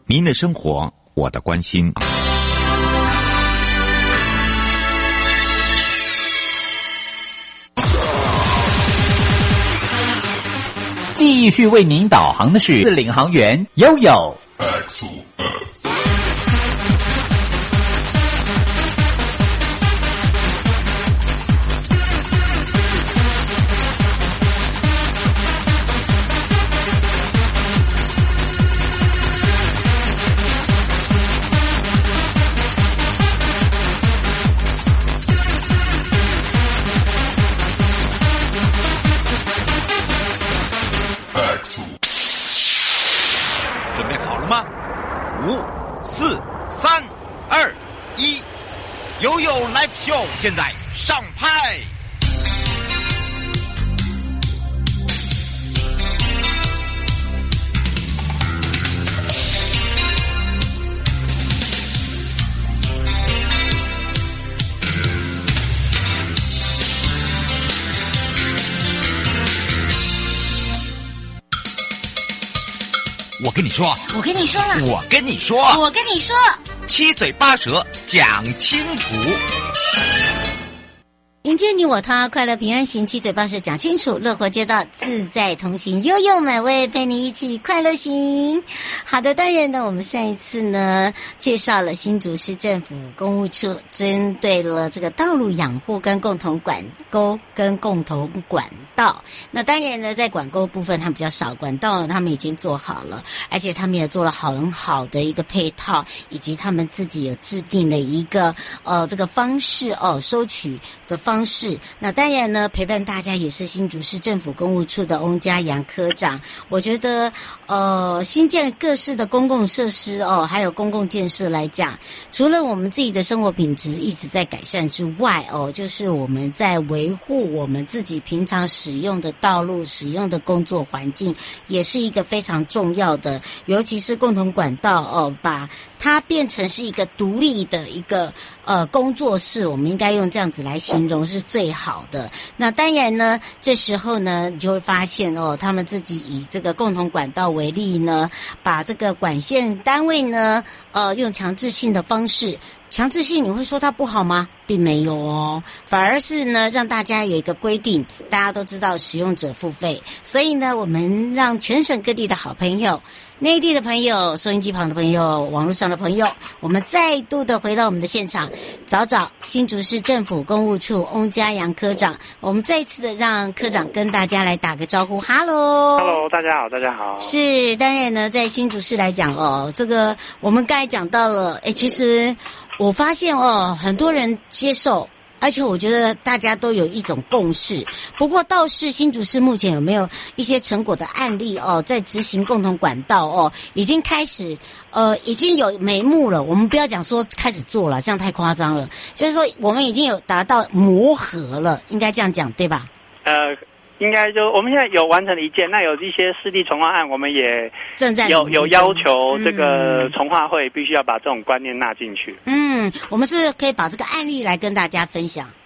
您的生活，我的关心。 继续为您导航的是领航员悠悠。 准备好了吗？5、4、3、2、1，悠悠 Live Show 现在上拍。我跟你说， 我跟你说了， 我跟你说， 我跟你说， 七嘴八舌讲清楚。 迎接你我他，快乐平安行，七嘴八舌讲清楚，乐活街道自在同行，悠悠美味陪你一起快乐行。好的，当然呢，我们上一次呢介绍了新竹市政府公务处针对了这个道路养护跟共同管沟跟共同管道。那当然呢，在管沟部分他们比较少，管道他们已经做好了，而且他们也做了很好的一个配套，以及他们自己也制定了一个这个方式收取的方式。那当然呢，陪伴大家也是新竹市政府公务处的翁家阳科长。我觉得新建各式的公共设施还有公共建设来讲，除了我们自己的生活品质一直在改善之外就是我们在维护我们自己平常使用的道路、使用的工作环境，也是一个非常重要的，尤其是共同管道把它变成是一个独立的一个工作室，我们应该用这样子来形容是最好的。那当然呢，这时候呢，你就会发现他们自己以这个共同管道为例呢，把这个管线单位呢，用强制性的方式。强制性你会说它不好吗？并没有反而是呢让大家有一个规定，大家都知道使用者付费，所以呢我们让全省各地的好朋友、内地的朋友、收音机旁的朋友、网络上的朋友，我们再度的回到我们的现场，找新竹市政府公务处翁家阳科长，我们再一次的让科长跟大家来打个招呼。 Hello， 大家好，大家好。 是，当然呢在新竹市来讲这个我们刚才讲到了其实我发现很多人接受，而且我觉得大家都有一种共识。不过倒是新竹市目前有没有一些成果的案例在执行共同管道已经开始已经有眉目了。我们不要讲说开始做了，这样太夸张了，就是说我们已经有达到磨合了，应该这样讲对吧？ 应该就我们现在有完成了一件，那有一些市地重划案，我们也正在有要求这个重划会必须要把这种观念纳进去。 我们是可以把这个案例来跟大家分享。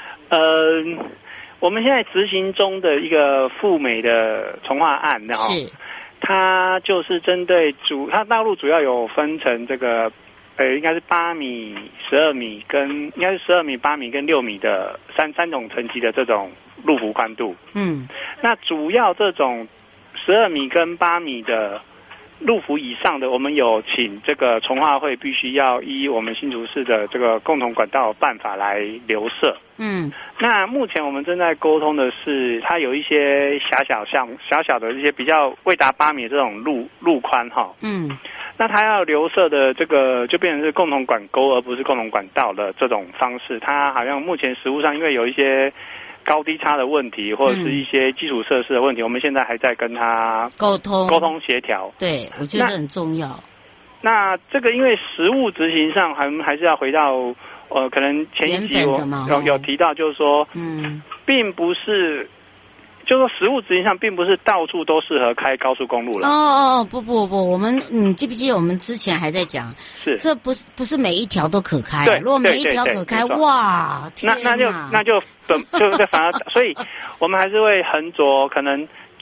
我们现在执行中的一个富美的重划案， 是它就是针对它道路主要有分成这个应该是8米、12米跟应该是12米、8米跟6米的三种层级的这种路幅宽度。那主要这种12米跟8米的路幅以上的，我们有请这个重划会必须要依我们新竹市的这个共同管道办法来留设。那目前我们正在沟通的是，它有一些小小的一些比较未达8米的这种路宽那它要留设的这个就变成是共同管沟而不是共同管道的这种方式。它好像目前实务上因为有一些高低差的问题，或者是一些基础设施的问题，我们现在还在跟他沟通协调。 对，我觉得很重要。 那这个因为实务执行上还是要回到可能前一集我有提到，就是说并不是就说实务执行上并不是到处都适合开高速公路了。 不，我们记不记得我们之前还在讲，是这不是每一条都可开。 对， 如果每一条可开，哇，天哪， 那就反而，所以我们还是会横着可能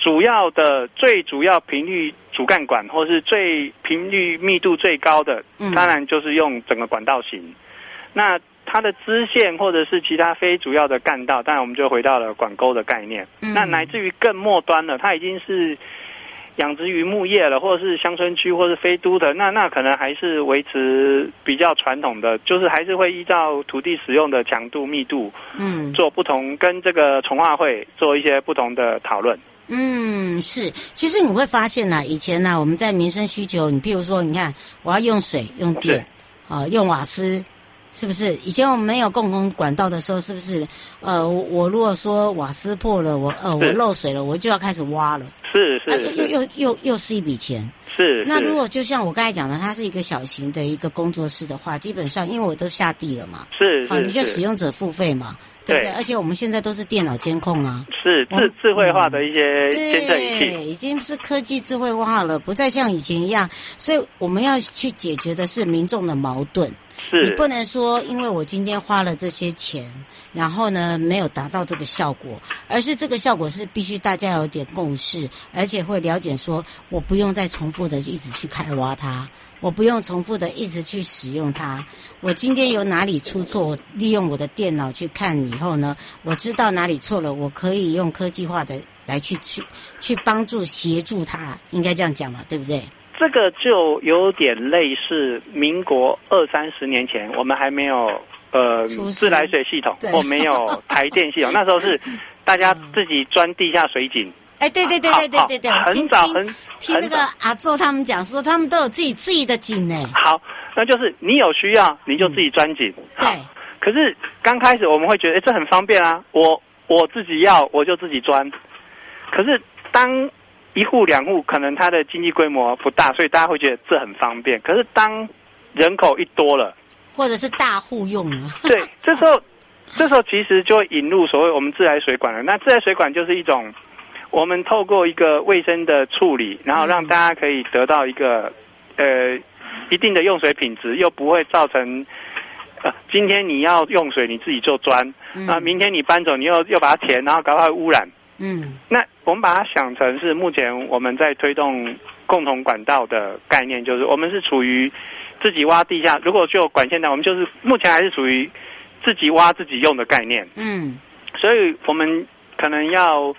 最主要频率主干管，或是最频率密度最高的，当然就是用整个管道型。那它的支线或者是其他非主要的干道，当然我们就回到了管沟的概念。那乃至于更末端了，它已经是养殖渔牧业了，或者是乡村区，或是非都的，那可能还是维持比较传统的，就是还是会依照土地使用的强度、密度，做不同，跟这个从化会做一些不同的讨论。 是，其实你会发现呢，以前呢，我们在民生需求，你譬如说，你看我要用水、用电，用瓦斯。是不是以前我们没有共同管道的时候，是不是我如果说瓦斯破了，我漏水了，我就要开始挖了， 是， 又是一笔钱。 是。 那如果就像我刚才讲的，它是一个小型的一个工作室的话，基本上因为我都下地了嘛，好，你就使用者付费嘛，对不对？而且我们现在都是电脑监控啊， 是智慧化的一些监测仪器， 对，已经是科技智慧化了，不再像以前一样，所以我们要去解决的是民众的矛盾。你不能说因为我今天花了这些钱，然后呢没有达到这个效果，而是这个效果是必须大家有点共识，而且会了解说我不用再重复的一直去开挖它，我不用重复的一直去使用它，我今天有哪里出错，我利用我的电脑去看以后呢，我知道哪里错了，我可以用科技化的来去帮助协助它，应该这样讲嘛，对不对？ 这个就有点类似民国20-30年前，我们还没有自来水系统，或没有台电系统，那时候是大家自己钻地下水井。 对， 很早听那个阿祖他们讲说，他们都有自己的井呢。 好，那就是你有需要你就自己钻井。 对。 可是刚开始我们会觉得，这很方便啊，我自己要我就自己钻。可是当一户两户可能它的经济规模不大，所以大家会觉得这很方便。可是当人口一多了， 或者是大户用了， 对，这时候其实就会引入所谓我们自来水管了。那自来水管就是一种我们透过一个卫生的处理，然后让大家可以得到一个一定的用水品质，又不会造成今天你要用水你自己就钻，明天你搬走你又把它填，然后搞到污染。那我们把它想成是目前我们在推动共同管道的概念，就是我们是处于自己挖地下，如果就管线道，我们就是目前还是属于自己挖自己用的概念。所以我们可能要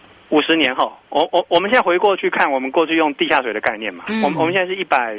50年后，我们现在回过去看，我们过去用地下水的概念嘛，我们现在是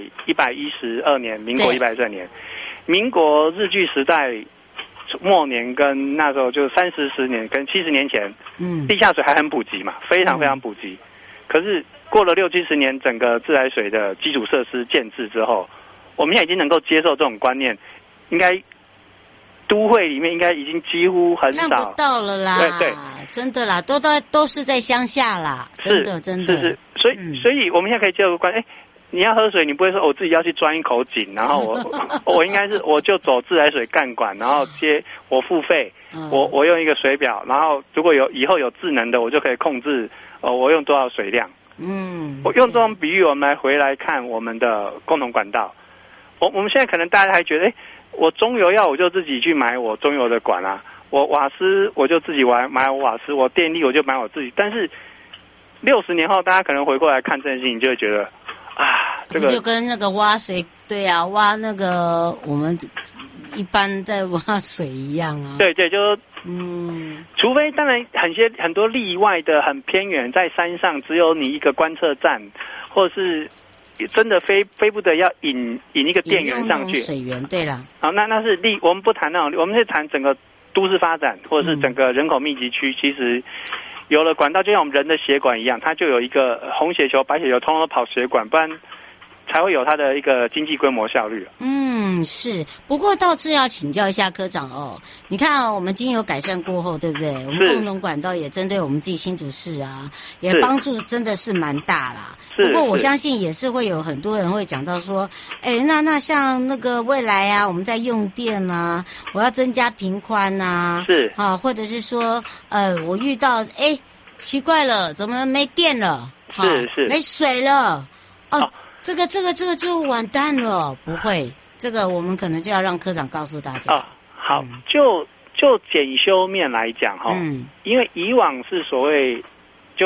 112年，民国112年，民国日据时代末年跟那时候就30年跟70年前，地下水还很普及嘛，非常非常普及。可是过了60-70年，整个自来水的基础设施建制之后，我们现在已经能够接受这种观念，应该都会里面应该已经几乎很少看不到了啦。对，真的啦，都是在乡下啦，真的。 是，所以我们现在可以接受观念，你要喝水，你不会说我自己要去钻一口井，然后我应该是我就走自来水干管，然后我付费，我用一个水表，然后如果以后有智能的，我就可以控制我用多少水量。我用这种比喻，我们回来看我们的共同管道。我们现在可能大家还觉得，我中油我就自己去买我中油的管啊，我瓦斯我就自己买我瓦斯，我电力我就买我自己。但是60年后，大家可能回过来看这件事情，就会觉得这个就跟那个挖水，对啊，挖那个我们一般在挖水一样啊。 对，就除非当然很多例外的很偏远，在山上只有你一个观测站，或是真的非不得要引一个电源上去。 水源，对啦。 好，那是我们不谈那种，我们是谈整个都市发展，或者是整个人口密集区，其实有了管道，就像我们人的血管一样，它就有一个红血球、白血球，通通都跑血管，不然才会有它的一个经济规模效率。 是。不过倒是要请教一下科长哦，你看我们经由改善过后，对不对？我们共同管道也针对我们自己新竹市啊，也帮助真的是蛮大啦。不过我相信也是会有很多人会讲到说，那像那个未来啊，我们在用电啊，我要增加频宽啊，或者是说我遇到奇怪了，怎么没电了？ 是没水了？这个就完蛋了。不会，这个我们可能就要让科长告诉大家。 好，就检修面来讲因为以往是所谓就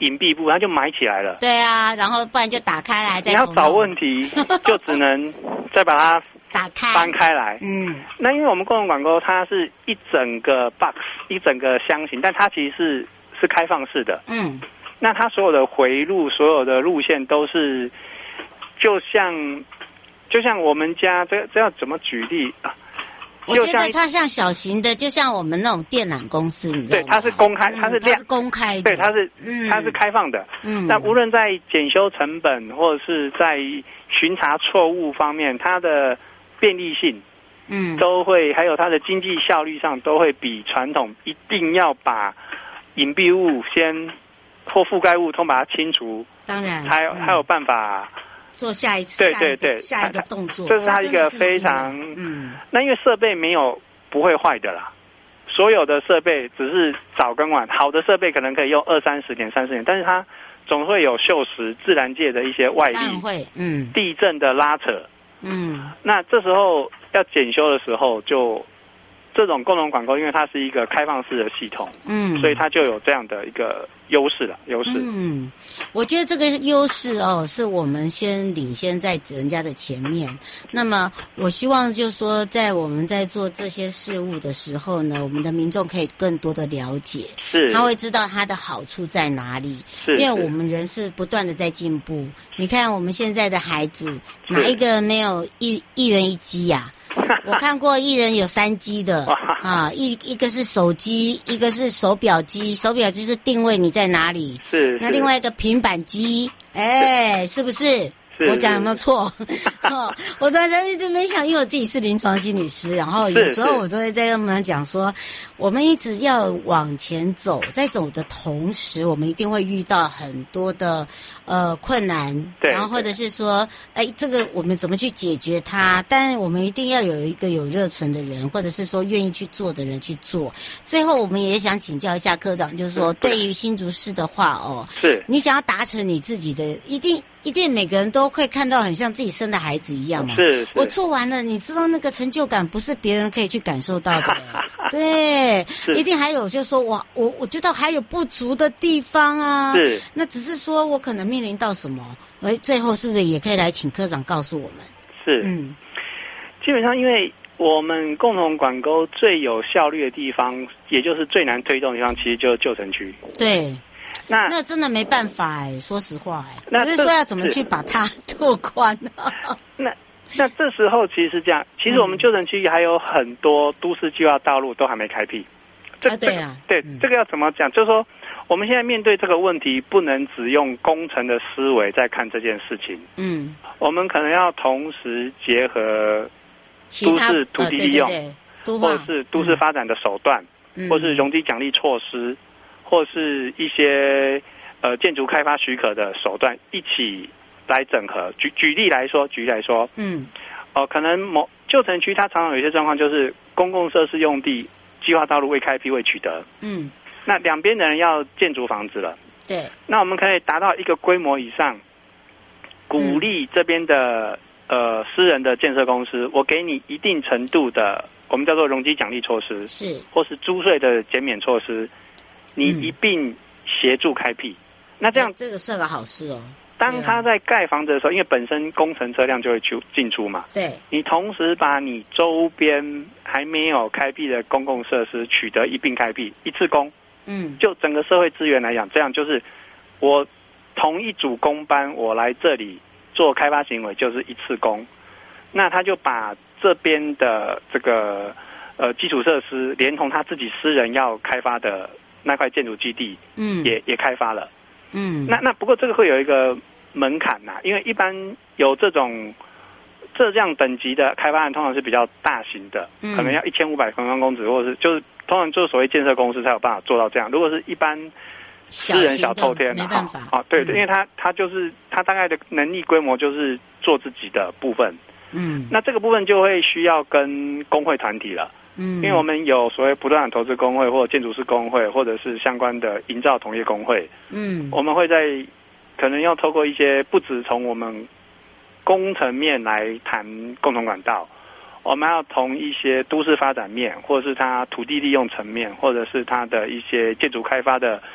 隐蔽部，它就埋起来了。 对啊，然后不然就打开来再你要找问题，就只能再把它打开翻开来。那因为我们共同管沟它是一整个 box 一整个箱型，但它其实是开放式的。那它所有的回路、所有的路线都是，就像我们家这要怎么举例啊？ 我觉得它像小型的，就像我们那种电缆公司，你知道吗？ 对，它是公开，它是公开的， 对，它是开放的。那无论在检修成本或者是在巡查错误方面，它的便利性，都会，还有它的经济效率上，都会比传统一定要把隐蔽物或覆盖物通把它清除， 当然才有办法做下一次， 对， 下一个动作， 这是它一个非常那因为设备没有不会坏的啦，所有的设备只是早跟晚，好的设备可能可以用20-30年、30年，但是它总会有锈蚀、自然界的一些外力，地震的拉扯，那这时候要检修的时候就。这种共同管沟，因为它是一个开放式的系统，所以它就有这样的一个优势。 我觉得这个优势是我们先领先在人家的前面。那么，我希望就是说，在我们在做这些事物的时候呢，我们的民众可以更多的了解，他会知道它的好处在哪里。因为我们人是不断的在进步。你看我们现在的孩子，哪一个没有一人一机呀？我看过一人有3机的啊，一个是手机，一个是手表机，手表机是定位你在哪里。那另外一个平板机，是不是？我讲有没有错？我在一直没想，因为我自己是临床心理师，然后有时候我都会在跟他们讲说，我们一直要往前走，在走的同时，我们一定会遇到很多的困难，然后或者是说，这个我们怎么去解决它？但我们一定要有一个有热忱的人，或者是说愿意去做的人去做。最后，我们也想请教一下科长，就是说，对于新竹市的话，你想要达成你自己的，一定每个人都会看到很像自己生的孩子一样嘛。我做完了，你知道那个成就感不是别人可以去感受到的。对，一定还有就是说我觉得还有不足的地方啊。那只是说我可能面临到什么，最后是不是也可以来请科长告诉我们？ 基本上因为我们共同管沟最有效率的地方，也就是最难推动的地方，其实就是旧城区。 对。那真的没办法说实话只是说要怎么去把它拓宽那这时候其实是这样，其实我们旧城区还有很多都市计划道路都还没开辟。这个要怎么讲？就是说我们现在面对这个问题，不能只用工程的思维在看这件事情。我们可能要同时结合都市土地利用，或者是都市发展的手段，或是容积奖励措施。或是一些建筑开发许可的手段一起来整合。举例来说，可能旧城区它常常有一些状况，就是公共设施用地计划道路未开辟未取得，那两边的人要建筑房子了， 对， 那我们可以达到一个规模以上，鼓励这边的私人的建设公司，我给你一定程度的我们叫做容积奖励措施，或是租税的减免措施。你一并协助开辟，那这样这个是个好事哦。 当他在盖房子的时候，因为本身工程车辆就会进出嘛， 对， 你同时把你周边还没有开辟的公共设施取得一并开辟，一次供，就整个社会资源来讲，这样就是我同一组工班，我来这里做开发行为就是一次供，那他就把这边的这个基础设施，连同他自己私人要开发的那块建筑基地，也开发了，那不过这个会有一个门槛呐，因为一般有这样等级的开发案，通常是比较大型的，可能要1500平方公尺，或者是就是通常就是所谓建设公司才有办法做到这样。如果是一般私人小透天， 没办法对，因为他就是他大概的能力规模就是做自己的部分，那这个部分就会需要跟工会团体了。因为我们有所谓不动产投资工会或者建筑师工会，或者是相关的营造同业工会，我们会在可能要透过一些不止从我们工程面来谈共同管道，我们要从一些都市发展面，或者是它土地利用层面，或者是它的一些建筑开发的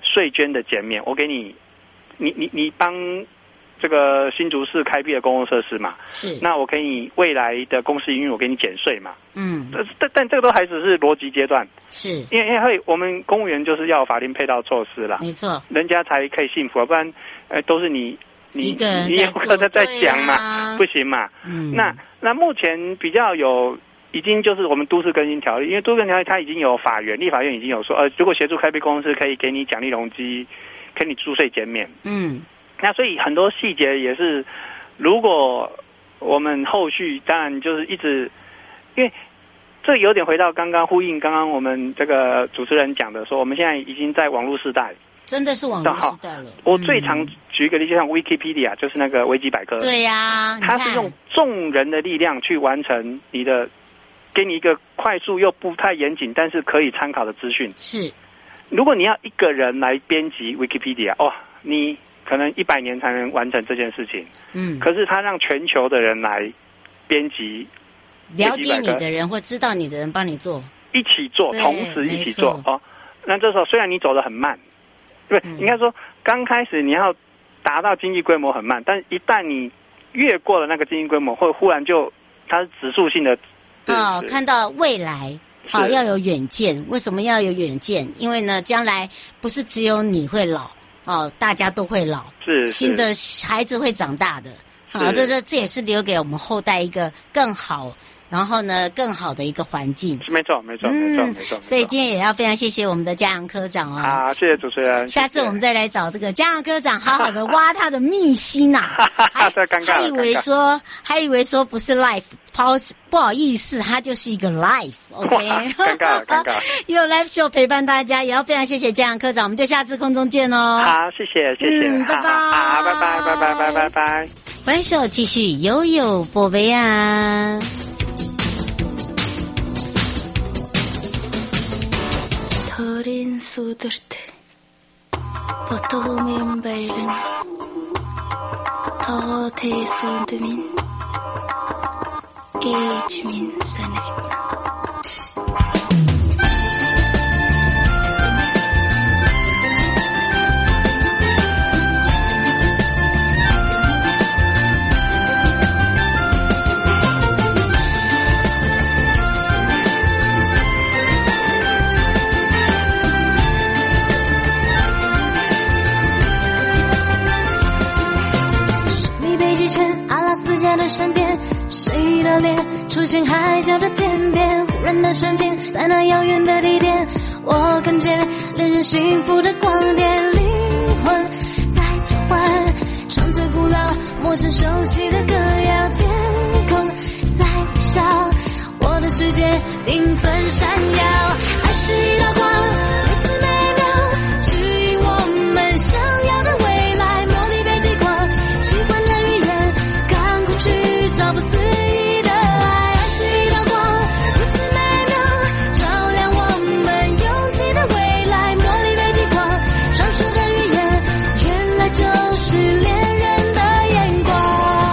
税捐的减免，我给你帮这个新竹市开辟的公共设施嘛， 是， 那我给你未来的公司营运，我给你减税嘛， 但这个都还只是逻辑阶段， 是因为我们公务员就是要有法定配套措施啦， 没错， 人家才可以幸福，不然都是你一个人有个在讲嘛， 啊、 不行嘛，那目前比较已经就是我们都市更新条例，因为都市更新条例它已经有立法院已经有说，如果协助开辟公司可以给你奖励容积，给你租税减免，那所以很多细节也是，如果我们后续当然就是一直，因为这有点回到刚刚呼应刚刚我们这个主持人讲的说，我们现在已经在网络时代， 真的是网络时代了。 我最常举一个例子，就像 Wikipedia， 就是那个维基百科， 对呀， 它是用众人的力量去完成给你一个快速又不太严谨，但是可以参考的资讯。 是， 如果你要一个人来编辑 Wikipedia， 你可能100年才能完成这件事情。可是他让全球的人来编辑， 了解你的人或知道你的人帮你做， 一起做，同时一起做哦。那这时候虽然你走得很慢，对，应该说刚开始你要达到经济规模很慢，但一旦你越过了那个经济规模，会忽然它是指数性的。 看到未来，要有远见。为什么要有远见？因为呢，将来不是只有你会老，大家都会老，新的孩子会长大的。这也是留给我们后代一个更好，然后呢更好的一个环境。 没错。 所以今天也要非常谢谢我们的嘉阳科长哦。 好，谢谢主持人。 下次我们再来找这个嘉阳科长，好好的挖他的秘辛呐。还以为说不是 life， 不好意思，他就是一个 life。OK， 尴尬。 有 live show 陪伴大家，也要非常谢谢嘉阳科长，我们就下次空中见哦。 好，谢谢， 拜拜。 好，拜拜。 欢手继续悠悠宝贝啊。 Torin sudurte Potomin beilin Tote sundumin İçmin senegitna的闪电，谁的脸出现海角的天边？忽然的瞬间，在那遥远的地点，我看见恋人幸福的光点，灵魂在召唤，唱着古老陌生熟悉的歌谣，天空在微笑，我的世界缤纷闪耀，爱是一道光，如此美妙，指引我们想要的未来，茉莉北极光，喜欢的语言，去找不思议的爱，爱是一道光，如此美妙，照亮我们勇气的未来，茉莉北极光，传说的语言，原来就是恋人的眼光。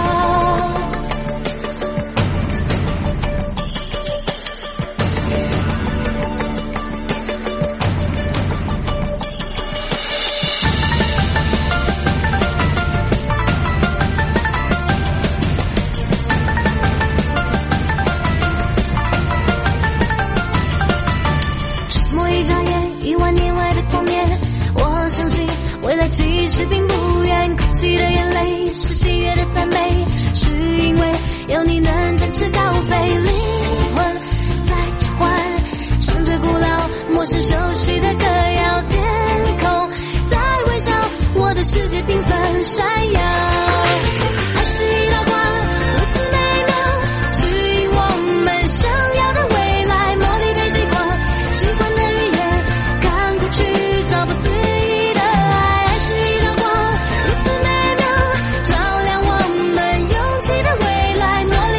未来其实并不远，哭泣的眼泪是喜悦的赞美，是因为有你能展翅高飞，灵魂在召唤，唱着古老陌生熟悉的歌谣，天空在微笑，我的世界缤纷闪耀，爱是一道光，如此美妙，指引我们想要的未来，茉莉北极光，喜欢的语言，赶快去找不思议的爱，爱是一道光，如此美妙，照亮我们勇气的未来，茉莉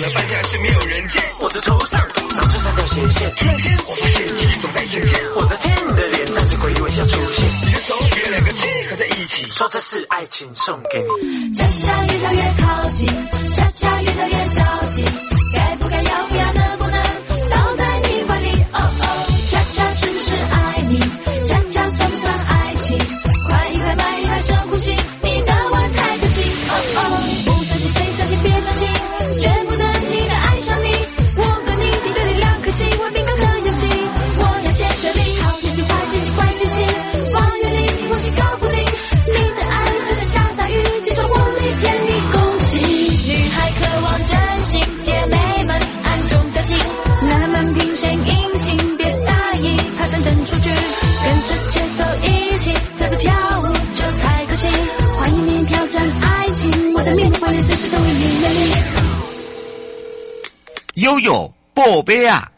的反正是没有人见，我的头上长出三条斜线，突然间我发现记忆总在眼前，我的天，你的脸带着诡异微笑出现，你的手约两个结合在一起，说这是爱情送给你。 恰恰越跳越靠近，恰恰越跳越着急，该不该要不要能不能倒在你怀里？哦哦，恰恰是不是爱你？恰恰算不算爱情？快一快慢一快深呼吸，你的吻太可惜。哦哦，不相信谁相信别相信，绝不能轻易的爱上你。我和你敌对的两颗心，玩bingo的游戏，我要先设定好天气坏天气坏天气，花园里我去告诉你，你的爱就像下大雨，记住我里甜蜜恭喜。女孩渴望真心，姐妹们暗中交集，男们凭谁殷勤，别大意，怕三针出去，跟着节奏一起，再不跳舞就太可惜。欢迎你挑战爱情，我的面怀里随时都为你愿意。 悠悠宝贝啊！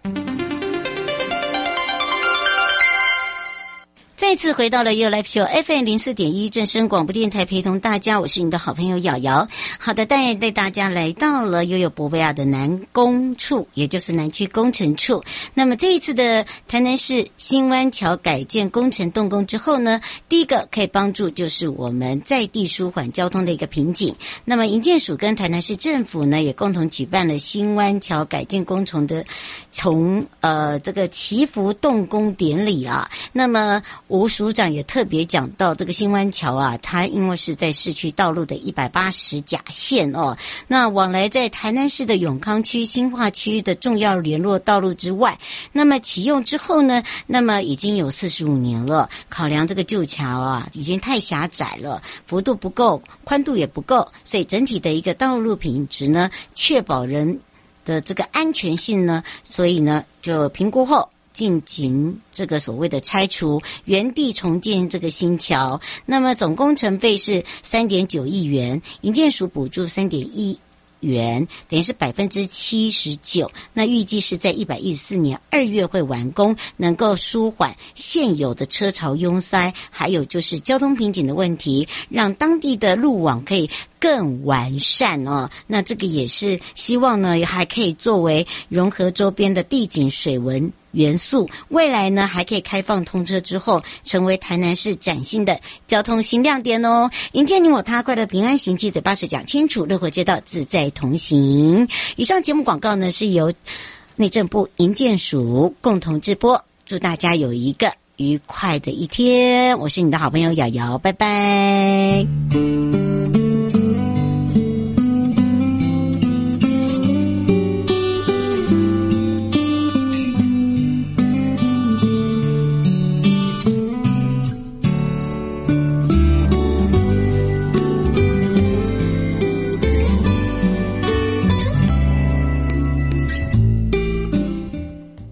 再次回到了悠 Live Show FM 04.1正声广播电台，陪同大家，我是你的好朋友瑶瑶。好的，当然带大家来到了悠悠博贝亚的南工处，也就是南区工程处。那么这一次的台南市新湾桥改建工程动工之后呢，第一个可以帮助就是我们在地舒缓交通的一个瓶颈。那么营建署跟台南市政府呢，也共同举办了新湾桥改建工程的从这个祈福动工典礼啊。那么吴署长也特别讲到这个新湾桥啊，它因为是在市区道路的180甲线哦，那往来在台南市的永康区、新化区的重要联络道路之外，那么启用之后呢，那么已经有45年了，考量这个旧桥啊已经太狭窄了，幅度不够，宽度也不够，所以整体的一个道路品质呢，确保人的这个安全性呢，所以呢就评估后进行这个所谓的拆除，原地重建这个新桥。那么总工程费是3.9亿元，营建署补助3.1元，等于是79%。那预计是在114年2月会完工，能够舒缓现有的车潮拥塞，还有就是交通瓶颈的问题，让当地的路网可以更完善哦。那这个也是希望呢，还可以作为融合周边的地景水文元素，未来呢还可以开放通车之后，成为台南市崭新的交通新亮点哦。迎接你我他，快乐平安行，七嘴八舌讲清楚，乐活街道自在同行。以上节目广告呢是由内政部营建署共同直播，祝大家有一个愉快的一天。我是你的好朋友瑶瑶，拜拜。